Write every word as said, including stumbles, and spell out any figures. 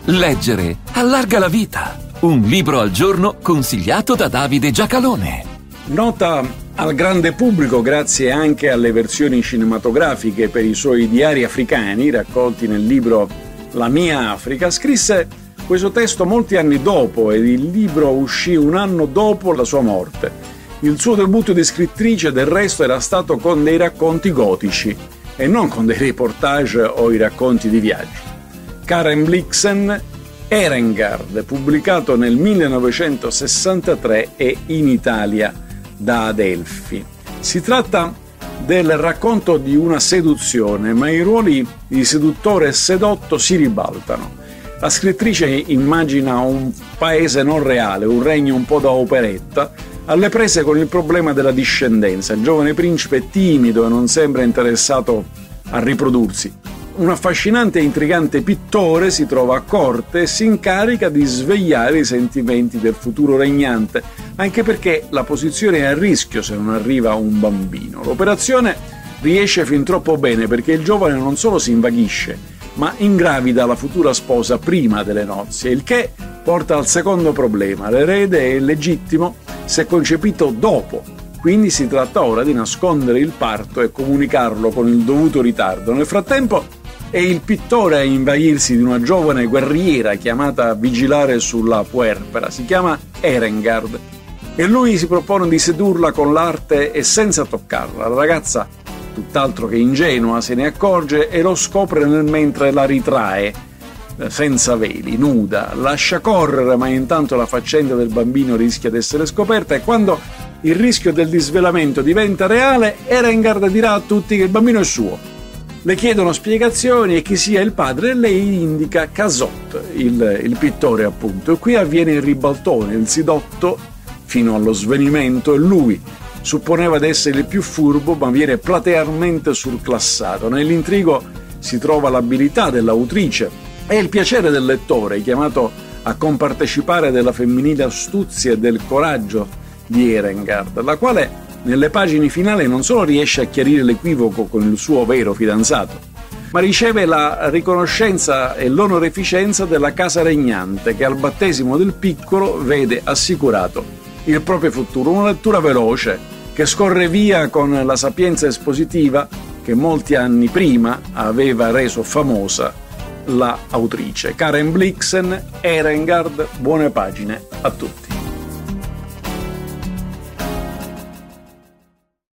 Leggere allarga la vita. Un libro al giorno consigliato da Davide Giacalone. Nota al grande pubblico grazie anche alle versioni cinematografiche per i suoi diari africani raccolti nel libro La mia Africa, scrisse questo testo molti anni dopo ed il libro uscì un anno dopo la sua morte. Il suo debutto di scrittrice del resto era stato con dei racconti gotici e non con dei reportage o i racconti di viaggi. Karen Blixen, Erengard, pubblicato nel millenovecentosessantatré e in Italia da Adelphi. Si tratta del racconto di una seduzione, ma i ruoli di seduttore e sedotto si ribaltano. La scrittrice immagina un paese non reale, un regno un po' da operetta, alle prese con il problema della discendenza. Il giovane principe timido e non sembra interessato a riprodursi. Un affascinante e intrigante pittore si trova a corte e si incarica di svegliare i sentimenti del futuro regnante, anche perché la posizione è a rischio se non arriva un bambino. L'operazione riesce fin troppo bene perché il giovane non solo si invaghisce, ma ingravida la futura sposa prima delle nozze, il che porta al secondo problema. L'erede è illegittimo se concepito dopo, quindi si tratta ora di nascondere il parto e comunicarlo con il dovuto ritardo. Nel frattempo è il pittore a invaghirsi di una giovane guerriera chiamata a vigilare sulla puerpera. Si chiama Erengard e lui si propone di sedurla con l'arte e senza toccarla. La ragazza, tutt'altro che ingenua, se ne accorge e lo scopre nel mentre la ritrae, senza veli, nuda. Lascia correre, ma intanto la faccenda del bambino rischia di essere scoperta e quando il rischio del disvelamento diventa reale, Erengard dirà a tutti che il bambino è suo. Le chiedono spiegazioni e chi sia il padre e lei indica Casot, il, il pittore appunto. E qui avviene il ribaltone, il sidotto fino allo svenimento e lui supponeva di essere il più furbo ma viene platealmente surclassato. Nell'intrigo si trova l'abilità dell'autrice e il piacere del lettore, chiamato a compartecipare della femminile astuzia e del coraggio di Erengard, la quale nelle pagine finali non solo riesce a chiarire l'equivoco con il suo vero fidanzato, ma riceve la riconoscenza e l'onoreficenza della casa regnante che al battesimo del piccolo vede assicurato il proprio futuro. Una lettura veloce che scorre via con la sapienza espositiva che molti anni prima aveva reso famosa la autrice. Karen Blixen, Erengard, buone pagine a tutti.